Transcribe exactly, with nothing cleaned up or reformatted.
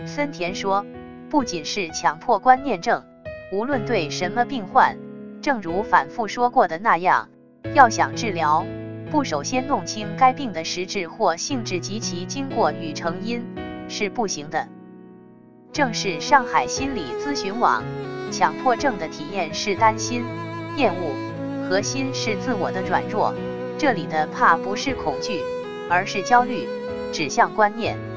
森田说，不仅是强迫观念症，无论对什么病患，正如反复说过的那样，要想治疗，不首先弄清该病的实质或性质及其经过与成因，是不行的。正是上海心理咨询网，强迫症的体验是担心、厌恶，核心是自我的软弱，这里的怕不是恐惧，而是焦虑，指向观念。